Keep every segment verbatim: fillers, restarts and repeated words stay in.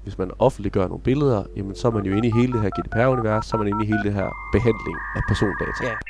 hvis man offentliggør nogle billeder, jamen så er man jo inde i hele det her G D P R-univers, så er man inde i hele det her behandling af persondata. Ja.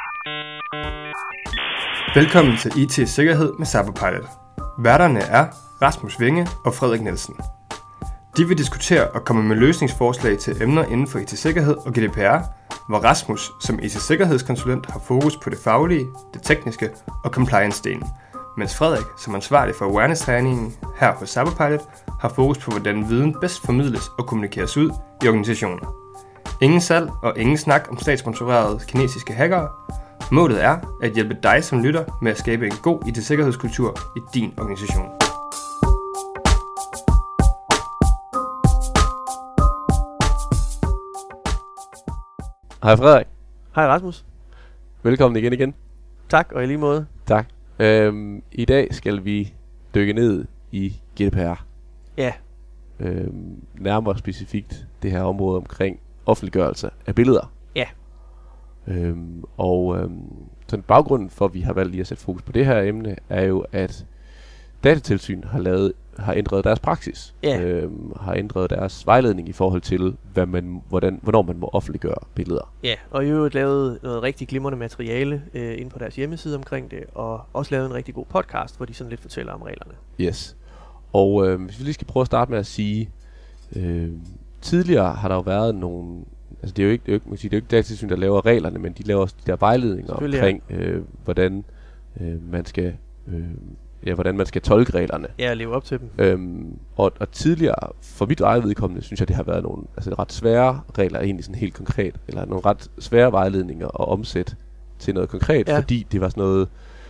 Velkommen til I T Sikkerhed med Cyberpilot. Værterne er Rasmus Winge og Frederik Nielsen. De vil diskutere og komme med løsningsforslag til emner inden for I T Sikkerhed og G D P R, hvor Rasmus som I T Sikkerhedskonsulent har fokus på det faglige, det tekniske og compliance-delen, mens Frederik som ansvarlig for awareness-træningen her hos Cyberpilot har fokus på, hvordan viden bedst formidles og kommunikeres ud i organisationen. Ingen salg og ingen snak om statssponsorerede kinesiske hackere. Målet er at hjælpe dig som lytter med at skabe en god I T-sikkerhedskultur i din organisation. Hej Frederik. Hej Rasmus. Velkommen igen igen. Tak, og i lige måde. Tak. Øhm, I dag skal vi dykke ned i G D P R. Ja. Øhm, nærmere specifikt det her område omkring offentliggørelse af billeder. Ja. Øhm, og øhm, sådan baggrunden for, at vi har valgt lige at sætte fokus på det her emne, er jo, at Datatilsynet har lavet har ændret deres praksis, ja. øhm, har ændret deres vejledning i forhold til, hvad man, hvordan, hvornår man må offentliggøre billeder. Ja, og i øvrigt lavet noget rigtig glimrende materiale øh, inde på deres hjemmeside omkring det, og også lavet en rigtig god podcast, hvor de sådan lidt fortæller om reglerne. Yes. Og øh, hvis vi lige skal prøve at starte med at sige, øh, tidligere har der jo været nogle, altså det er jo ikke, det er jo ikke, man siger, det er jo ikke Datatilsynet, der laver reglerne, men de laver også de der vejledninger omkring, øh, hvordan øh, man skal... Øh, Ja, hvordan man skal tolke reglerne. Ja, leve op til dem. Øhm, og, og tidligere, for mit eget vedkommende, synes jeg, det har været nogle altså ret svære regler, egentlig sådan helt konkret, eller nogle ret svære vejledninger at omsætte til noget konkret, ja. Fordi det var sådan noget,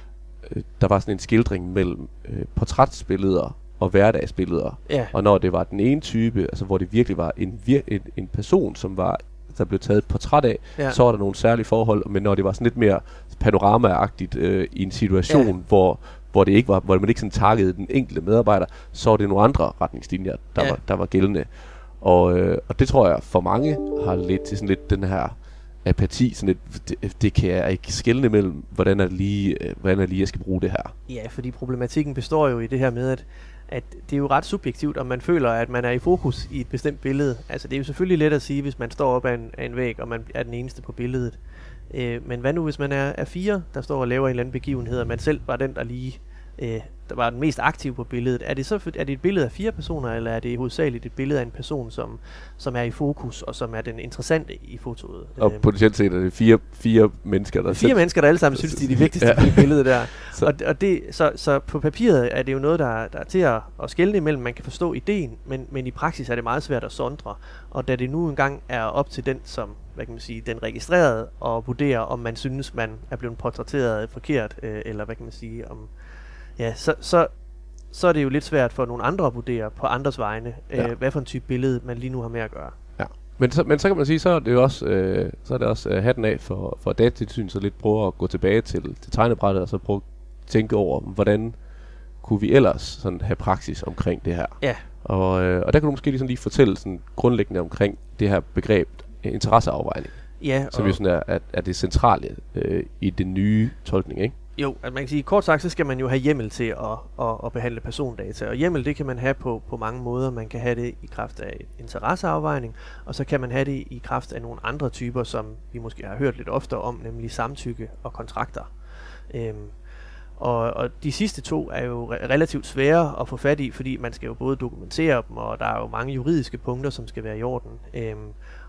øh, der var sådan en skildring mellem øh, portrætsbilleder og hverdagsbilleder. Ja. Og når det var den ene type, altså hvor det virkelig var en, vir- en, en person, som var der blev taget et portræt af, ja. Så var der nogle særlige forhold, men når det var sådan lidt mere panorama-agtigt øh, i en situation, ja. hvor hvor det ikke var, hvor man ikke sådan targetede den enkelte medarbejder, så var det nogle andre retningslinjer, der, ja. var, der var gældende. Og, øh, og det tror jeg for mange har ledt til sådan lidt den her apati, sådan lidt, det, det kan jeg ikke skelne mellem, hvordan er det lige, øh, hvordan er det lige, jeg skal bruge det her. Ja, fordi problematikken består jo i det her med, at, at det er jo ret subjektivt, om man føler, at man er i fokus i et bestemt billede. Altså det er jo selvfølgelig let at sige, hvis man står op ad en, af en væg, og man er den eneste på billedet. Øh, men hvad nu, hvis man er, er fire, der står og laver en eller anden begivenhed, og man selv var den, der lige øh, der var den mest aktive på billedet? Er det så er det et billede af fire personer, eller er det hovedsageligt et billede af en person, som, som er i fokus, og som er den interessante i fotoet? Og øh, potentielt set er det fire, fire mennesker, der Fire selv, mennesker, der alle sammen synes, de er de vigtigste ja. i billedet der. så. Og, og det, så, så på papiret er det jo noget, der, der er til at, at skelne imellem. Man kan forstå ideen, men, men i praksis er det meget svært at sondre. Og da det nu engang er op til den, som hvad kan man sige, den registrerede, og vurdere, om man synes, man er blevet portrætteret forkert, øh, eller hvad kan man sige, om ja, så, så, så er det jo lidt svært for nogle andre at vurdere på andres vegne, øh, ja. hvad for en type billede man lige nu har med at gøre. Ja. Men så, men så kan man sige, så er det jo også, øh, så er det også øh, hatten af for, for Datatilsynet, så lidt prøve at gå tilbage til, til tegnebrættet, og så prøve at tænke over, hvordan kunne vi ellers sådan have praksis omkring det her. Ja. Og, øh, og der kan du måske lige, sådan lige fortælle sådan grundlæggende omkring det her begreb interesseafvejning, ja, som jo sådan er, er, er det centrale øh, i den nye tolkning, ikke? Jo, at man kan sige, kort sagt, så skal man jo have hjemmel til at, at, at behandle persondata, og hjemmel, det kan man have på, på mange måder. Man kan have det i kraft af interesseafvejning, og så kan man have det i kraft af nogle andre typer, som vi måske har hørt lidt oftere om, nemlig samtykke og kontrakter. Øhm, og, og de sidste to er jo re- relativt svære at få fat i, fordi man skal jo både dokumentere dem, og der er jo mange juridiske punkter, som skal være i orden. Øhm,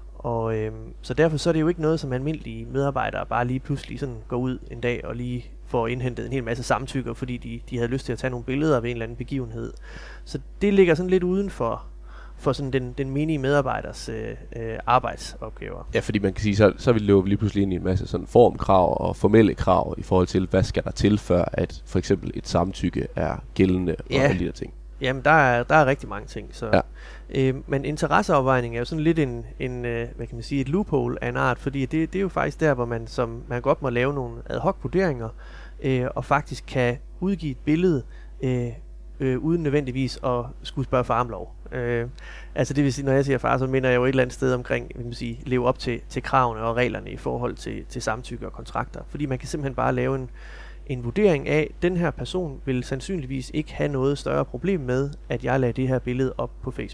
Og øhm, så derfor så er det jo ikke noget, som almindelige medarbejdere bare lige pludselig sådan går ud en dag og lige får indhentet en hel masse samtykker, fordi de, de havde lyst til at tage nogle billeder ved en eller anden begivenhed. Så det ligger sådan lidt uden for, for sådan den, den menige medarbejders øh, øh, arbejdsopgaver. Ja, fordi man kan sige, så, så vil det jo lige pludselig ind i en masse sådan formkrav og formelle krav i forhold til, hvad skal der til, før at for eksempel et samtykke er gældende og ja. alle de der ting. Jamen, der er, der er rigtig mange ting. Så. Ja. Øh, men interesseafvejning er jo sådan lidt en, en øh, hvad kan man sige, et loophole af en art, fordi det, det er jo faktisk der, hvor man som man godt må lave nogle ad hoc vurderinger, øh, og faktisk kan udgive et billede, øh, øh, uden nødvendigvis at skulle spørge farmlov. Øh, altså det vil sige, når jeg siger far, så mener jeg jo et eller andet sted omkring, hvad kan man sige, leve op til, til kravene og reglerne i forhold til, til samtykke og kontrakter, fordi man kan simpelthen bare lave en en vurdering af, at den her person vil sandsynligvis ikke have noget større problem med, at jeg lader det her billede op på Facebook.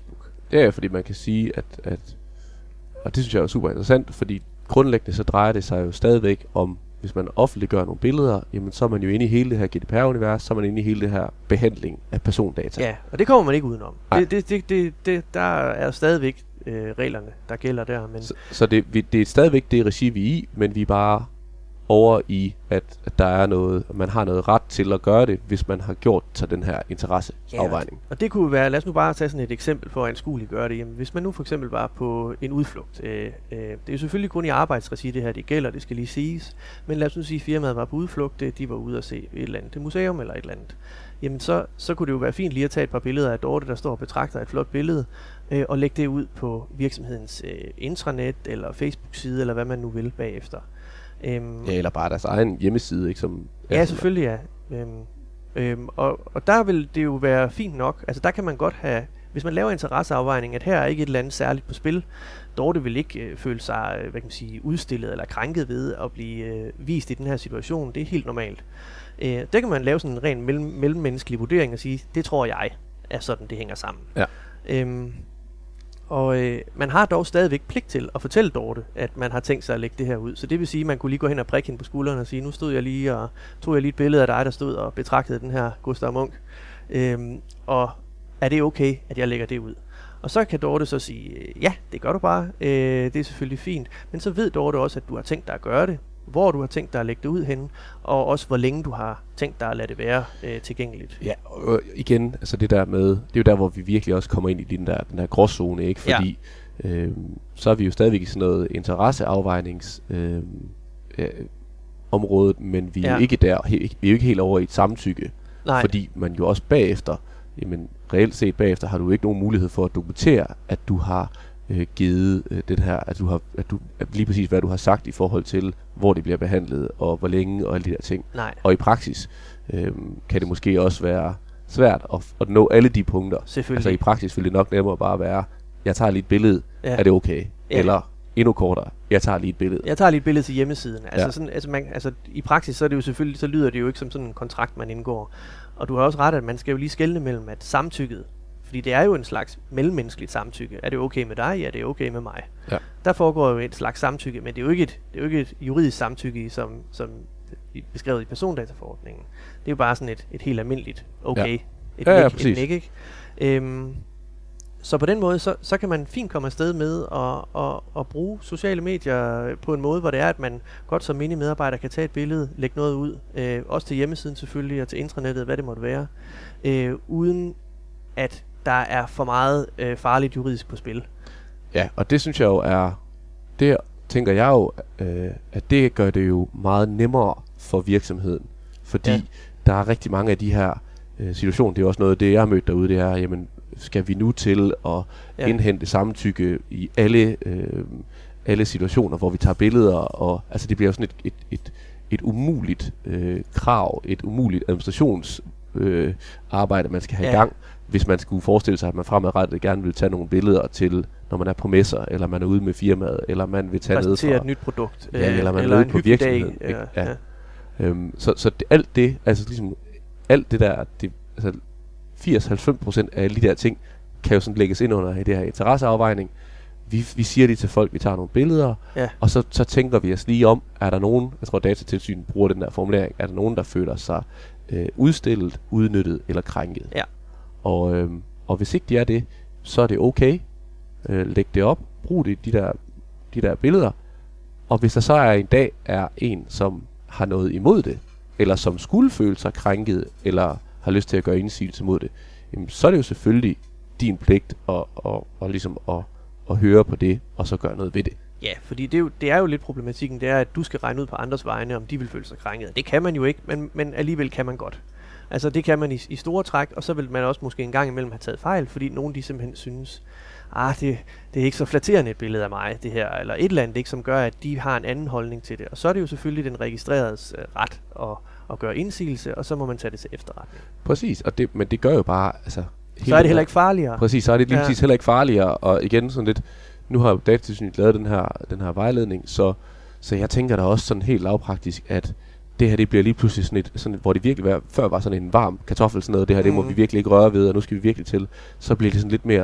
Ja, fordi man kan sige, at, at og det synes jeg er super interessant, fordi grundlæggende så drejer det sig jo stadigvæk om, hvis man offentliggør nogle billeder, jamen så er man jo inde i hele det her G D P R-univers, så er man inde i hele det her behandling af persondata. Ja, og det kommer man ikke udenom. Det, det, det, det, det, der er stadigvæk øh, reglerne, der gælder der. Men så så det, vi, det er stadigvæk det regi, vi er i, men vi er bare over i, at, at der er noget, man har noget ret til at gøre det, hvis man har gjort sig den her interesseafvejning. Ja, og det kunne være, lad os nu bare tage sådan et eksempel for at anskueligt gøre det. Jamen, hvis man nu for eksempel var på en udflugt, øh, øh, det er jo selvfølgelig kun i arbejdsregi det her, det gælder, det skal lige siges, men lad os nu sige, at firmaet var på udflugt, de var ude at se et eller andet museum eller et eller andet. Jamen så, så kunne det jo være fint lige at tage et par billeder af Dorte, der står og betragter et flot billede, øh, og lægge det ud på virksomhedens øh, intranet eller Facebook-side, eller hvad man nu vil bagefter. Øhm, ja, eller bare deres egen hjemmeside, ikke? Som ja, selvfølgelig ja. Øhm, øhm, og, og der vil det jo være fint nok. Altså der kan man godt have, hvis man laver interesseafvejning, at her er ikke et eller andet særligt på spil. Dorte vil ikke øh, føle sig, øh, hvad kan man sige, udstillet eller krænket ved at blive øh, vist i den her situation. Det er helt normalt. Øh, der kan man lave sådan en ren mellem, mellemmenneskelig vurdering og sige, det tror jeg er sådan, det hænger sammen. Ja. Øhm, Og øh, man har dog stadigvæk pligt til at fortælle Dorte, at man har tænkt sig at lægge det her ud. Så det vil sige, at man kunne lige gå hen og prikke hende på skulderen og sige, nu stod jeg lige og tog jeg lige et billede af dig, der stod og betragtede den her Gustav Munk. Øhm, og er det okay, at jeg lægger det ud? Og så kan Dorte så sige, ja, det gør du bare. Øh, det er selvfølgelig fint. Men så ved Dorte også, at du har tænkt dig at gøre det. Hvor du har tænkt dig at lægge det ud henne, og også hvor længe du har tænkt dig at lade det være øh, tilgængeligt. Ja, og igen, altså det der med, det er jo der, hvor vi virkelig også kommer ind i den der, den der gråzone, ikke? Fordi ja. øh, så er vi jo stadigvæk i sådan noget interesseafvejnings øh, øh, området, men vi er ja. ikke der, he, vi er jo ikke helt over i et samtykke. Nej. Fordi man jo også bagefter, jamen reelt set bagefter, har du ikke nogen mulighed for at dokumentere, at du har øh, givet øh, den her, at du har, at du, at lige præcis hvad du har sagt i forhold til, hvor det bliver behandlet, og hvor længe, og alle de der ting. Nej. Og i praksis øh, kan det måske også være svært at, at nå alle de punkter. Altså i praksis vil det nok nemmere bare være, jeg tager lige et billede, ja. Er det okay? Ja. Eller endnu kortere, jeg tager lige et billede. Jeg tager lige et billede til hjemmesiden. Altså, ja. sådan, altså, man, altså i praksis, så er det jo selvfølgelig, så lyder det jo ikke som sådan en kontrakt, man indgår. Og du har også ret, at man skal jo lige skelne mellem, at samtykket, fordi det er jo en slags mellemmenneskeligt samtykke. Er det okay med dig? Ja, det er okay med mig. Ja. Der foregår jo et slags samtykke, men det er jo ikke et, det er jo ikke et juridisk samtykke, som, som beskrevet i persondataforordningen. Det er jo bare sådan et, et helt almindeligt okay. Ja. Et ja, ja, nik, et nik, ikke? Øhm, så på den måde, så, så kan man fint komme afsted med at, at, at bruge sociale medier på en måde, hvor det er, at man godt som mini-medarbejder kan tage et billede, lægge noget ud, øh, også til hjemmesiden selvfølgelig, og til intranettet, hvad det måtte være, øh, uden at der er for meget øh, farligt juridisk på spil. Ja, og det synes jeg jo er, det tænker jeg jo, øh, at det gør det jo meget nemmere for virksomheden, fordi ja. Der er rigtig mange af de her øh, situationer, det er også noget af det, jeg har mødt derude, det er, jamen, skal vi nu til at ja. indhente samtykke i alle, øh, alle situationer, hvor vi tager billeder, og altså det bliver sådan et, et, et, et umuligt øh, krav, et umuligt administrationsarbejde, øh, arbejde, man skal have ja. i gang, hvis man skulle forestille sig, at man fremadrettet gerne vil tage nogle billeder til, når man er på messer, eller man er ude med firmaet, eller man vil tage ned fra... Præsentere et nyt produkt. Ja, eller man eller er ude på virksomheden. Dag, ja, ja. Ja. Øhm, så så det, alt det, altså ligesom, alt det der, det, altså firs til halvfems procent af alle de der ting, kan jo sådan lægges ind under i det her interesseafvejning. Vi, vi siger det til folk, vi tager nogle billeder, ja. og så, så tænker vi os lige om, er der nogen, jeg tror Datatilsynet bruger den der formulering, er der nogen, der føler sig øh, udstillet, udnyttet eller krænket? Ja. Og, øh, og hvis ikke de er det, så er det okay. Øh, læg det op, brug det, de der, de der billeder, og hvis der så er en dag er en, som har noget imod det, eller som skulle føle sig krænket, eller har lyst til at gøre indsigelse mod det, jamen, så er det jo selvfølgelig din pligt at, at, at, ligesom at, at høre på det, og så gøre noget ved det. Ja, fordi det er, jo, det er jo lidt problematikken, det er, at du skal regne ud på andres vegne, om de vil føle sig krænket. Det kan man jo ikke, men, men alligevel kan man godt. Altså det kan man i, i store træk, og så vil man også måske en gang imellem have taget fejl, fordi nogen de simpelthen synes, ah, det, det er ikke så flatterende et billede af mig, det her, eller et eller andet, ikke, som gør, at de har en anden holdning til det. Og så er det jo selvfølgelig den registreredes øh, ret at, at gøre indsigelse, og så må man tage det til efterretning. Præcis, og det, men det gør jo bare, altså... Så er det heller ikke farligere. Præcis, så er det lige ja. præcis heller ikke farligere, og igen sådan lidt, nu har Datatilsynet lavet den her, den her vejledning, så, så jeg tænker da også sådan helt lavpraktisk, at det her, det bliver lige pludselig sådan et, sådan et, hvor det virkelig var, før var sådan en varm kartoffel sådan noget, det her, mm. det må vi virkelig ikke røre ved, og nu skal vi virkelig til, så bliver det sådan lidt mere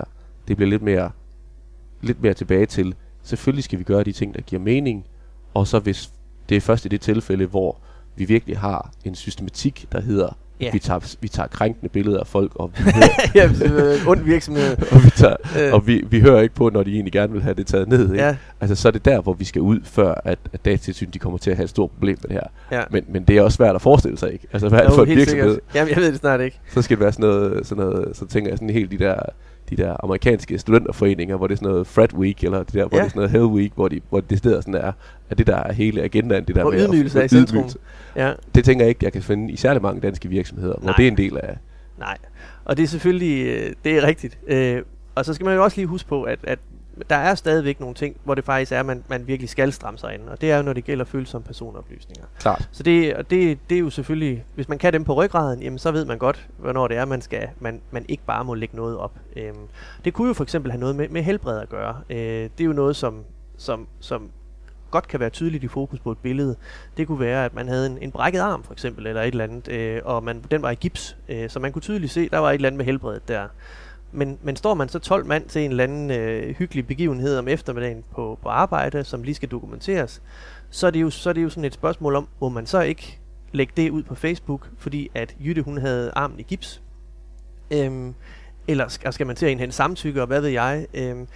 det bliver lidt mere, lidt mere tilbage til, selvfølgelig skal vi gøre de ting, der giver mening, og så hvis det er først i det tilfælde, hvor vi virkelig har en systematik, der hedder, yeah. vi, tager, vi tager krænkende billeder af folk, og vi hører, ja, ond virksomhed. og, vi, tager, øh. og vi, vi hører ikke på, når de egentlig gerne vil have det taget ned. Ikke? Ja. Altså, så er det der, hvor vi skal ud, før at, at Datatilsynet de kommer til at have et stort problem med det her. Ja. Men, men det er også svært at forestille sig, ikke? Altså, hvad er det for en virksomhed? Jamen, jeg ved det snart ikke. Så skal det være sådan noget, sådan noget, så tænker jeg sådan helt de der, de der amerikanske studenterforeninger, hvor det er sådan noget frat week, eller det der, hvor ja. det er sådan noget hell week, hvor, de, hvor det stedet sådan er, at det der er hele agendaen, det der og med ydmygelse af centrum. Ja. Det tænker jeg ikke, jeg kan finde i særlig mange danske virksomheder, hvor Nej. det er en del af. Nej, og det er selvfølgelig, det er rigtigt. Øh, og så skal man jo også lige huske på, at, at der er stadigvæk nogle ting, hvor det faktisk er, at man, man virkelig skal stramme sig ind, og det er jo, når det gælder følsomme personoplysninger. Klart. Så det, og det, det er jo selvfølgelig, hvis man kan dem på ryggraden, jamen så ved man godt, hvornår det er, man skal, man, man ikke bare må lægge noget op. Øhm, det kunne jo for eksempel have noget med, med helbred at gøre. Øh, det er jo noget, som, som, som godt kan være tydeligt i fokus på et billede. Det kunne være, at man havde en, en brækket arm for eksempel, eller et eller andet, øh, og man, den var i gips, øh, så man kunne tydeligt se, der var et eller andet med helbredet der. Men, men står man så tolv mand til en eller anden øh, hyggelig begivenhed om eftermiddagen på, på arbejde, som lige skal dokumenteres, så er, det jo, så er det jo sådan et spørgsmål om, må man så ikke lægge det ud på Facebook, fordi at Jytte hun havde armen i gips? Øhm, eller skal, skal man til at indhente samtykke, og hvad ved jeg? Øhm,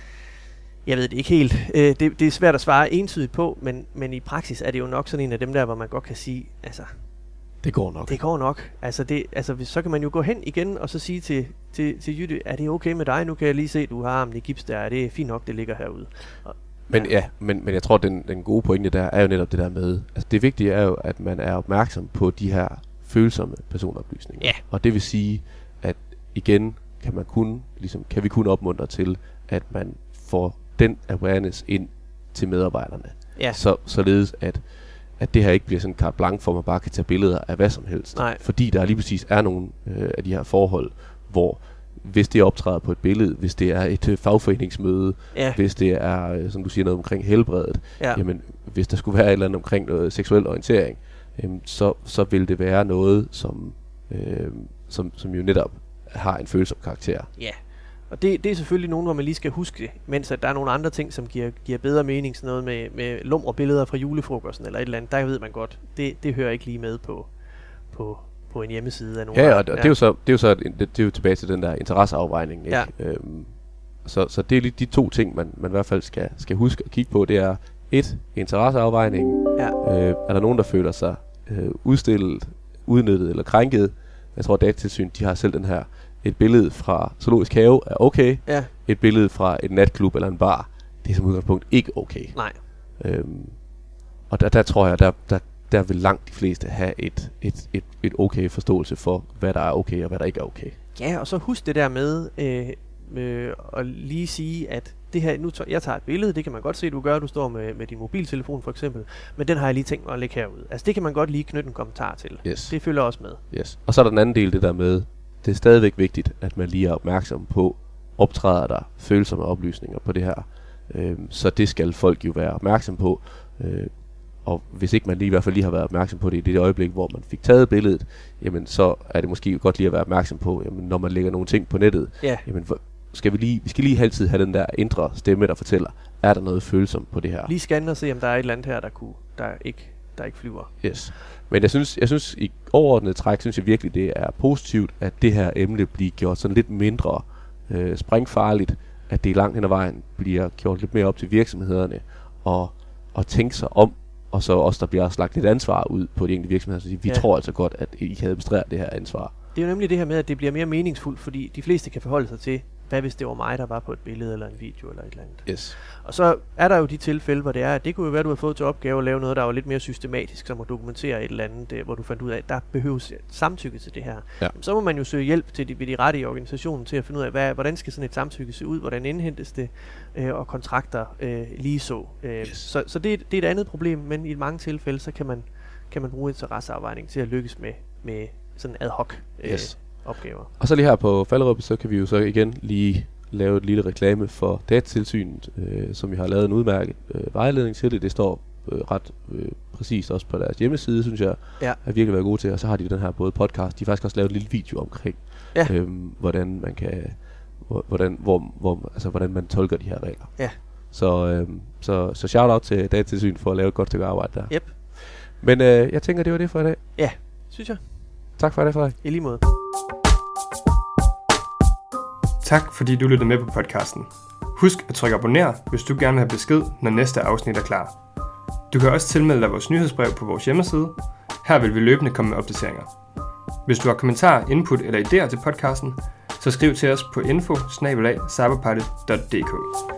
jeg ved det ikke helt. Øh, det, det er svært at svare entydigt på, men, men i praksis er det jo nok sådan en af dem der, hvor man godt kan sige, altså... Det går nok. Det går nok. Altså, det, altså hvis, så kan man jo gå hen igen og så sige til, til, til Jytte, er det okay med dig? Nu kan jeg lige se, du har armen i gips der. Er det fint nok, det ligger herude? Og, men ja, ja men, men jeg tror, den, den gode pointe der er jo netop det der med, altså det vigtige er jo, at man er opmærksom på de her følsomme personoplysninger. Ja. Og det vil sige, at igen kan man kun, ligesom, kan vi kun opmuntre til, at man får den awareness ind til medarbejderne. Ja. Så, således at at det her ikke bliver sådan en carte blanche, hvor man bare kan tage billeder af hvad som helst. Nej. Fordi der lige præcis er nogle øh, af de her forhold, hvor hvis det optræder på et billede, hvis det er et øh, fagforeningsmøde, ja. hvis det er, øh, som du siger, noget omkring helbredet, ja. Jamen, hvis der skulle være et eller andet omkring noget seksuel orientering, øh, så, så vil det være noget, som, øh, som, som jo netop har en følsom karakter. Ja. Og det, det er selvfølgelig nogen, hvor man lige skal huske, mens at der er nogle andre ting, som giver, giver bedre mening, sådan noget med, med lumre billeder fra julefrokosten eller et eller andet, der ved man godt, det, det hører ikke lige med på, på, på en hjemmeside af nogen. Ja, og, og ja. det er jo så, det er jo så det, det er jo tilbage til den der interesseafvejning, ikke? Ja. Øhm, så, så det er lige de to ting, man, man i hvert fald skal, skal huske at kigge på, det er et, interesseafvejning. Ja. Øh, er der nogen, der føler sig øh, udstillet, udnyttet eller krænket? Jeg tror, at Datatilsynet, de har selv den her, et billede fra Zoologisk Have er okay. Ja. Et billede fra et natklub eller en bar, det er som udgangspunkt ikke okay. Nej. Øhm, og der, der tror jeg, der, der, der vil langt de fleste have et, et, et, et okay forståelse for, hvad der er okay og hvad der ikke er okay. Ja, og så husk det der med øh, øh, at lige sige, at det her, nu tager, jeg tager et billede, det kan man godt se, du gør, du står med, med din mobiltelefon for eksempel, men den har jeg lige tænkt mig at lægge herude. Altså det kan man godt lige knytte en kommentar til. Yes. Det følger også med. Yes. Og så er der den anden del, det der med, det er stadigvæk vigtigt, at man lige er opmærksom på, optræder der følsomme oplysninger på det her. Øhm, så det skal folk jo være opmærksom på. Øh, og hvis ikke man lige i hvert fald lige har været opmærksom på det i det øjeblik, hvor man fik taget billedet, jamen så er det måske godt lige at være opmærksom på, jamen, når man lægger nogle ting på nettet, yeah. jamen skal vi lige, vi skal lige altid have den der indre stemme, der fortæller, er der noget følsomt på det her. Lige scanne og se, om der er et eller andet her, der, kunne, der, ikke, der ikke flyver. Yes. Men jeg synes, jeg synes i overordnet træk, synes jeg virkelig, det er positivt, at det her emne bliver gjort sådan lidt mindre øh, springfarligt, at det langt hen ad vejen bliver gjort lidt mere op til virksomhederne, og, og tænke sig om, og så også der bliver også lagt lidt ansvar ud på de enkelte virksomheder, så vi ja. tror altså godt, at I kan administrere det her ansvar. Det er jo nemlig det her med, at det bliver mere meningsfuldt, fordi de fleste kan forholde sig til, hvad hvis det var mig, der var på et billede eller en video eller et eller andet. Yes. Og så er der jo de tilfælde, hvor det er, at det kunne jo være, at du har fået til opgave at lave noget, der var lidt mere systematisk, som at dokumentere et eller andet, hvor du fandt ud af, at der behøves samtykke til det her. Ja. Så må man jo søge hjælp til de, ved de rette i organisationen til at finde ud af, hvad, hvordan skal sådan et samtykke se ud, hvordan indhentes det, øh, og kontrakter øh, lige så. Øh, yes. Så, så det, det er et andet problem, men i mange tilfælde, så kan man, kan man bruge interesseafvejning til at lykkes med, med sådan ad hoc øh, yes. opgaver. Og så lige her på Falderup, så kan vi jo så igen lige lave et lille reklame for Datatilsynet, øh, som vi har lavet en udmærket øh, vejledning til det. Det står øh, ret øh, præcist også på deres hjemmeside, synes jeg, ja. har virkelig været gode til. Og så har de den her både podcast, de har faktisk også lavet en lille video omkring, ja. øh, hvordan man kan, hvordan, hvor, hvor, altså, hvordan man tolker de her regler. Ja. Så, øh, så, så shout-out til Datatilsynet for at lave et godt stykke arbejde der. Yep. Men øh, jeg tænker, det var det for i dag. Ja, synes jeg. Tak for det, Frederik. I lige måde. Tak fordi du lyttede med på podcasten. Husk at trykke abonner, hvis du gerne vil have besked, når næste afsnit er klar. Du kan også tilmelde dig vores nyhedsbrev på vores hjemmeside. Her vil vi løbende komme med opdateringer. Hvis du har kommentarer, input eller idéer til podcasten, så skriv til os på info bindestreg cyberpilot punktum d k.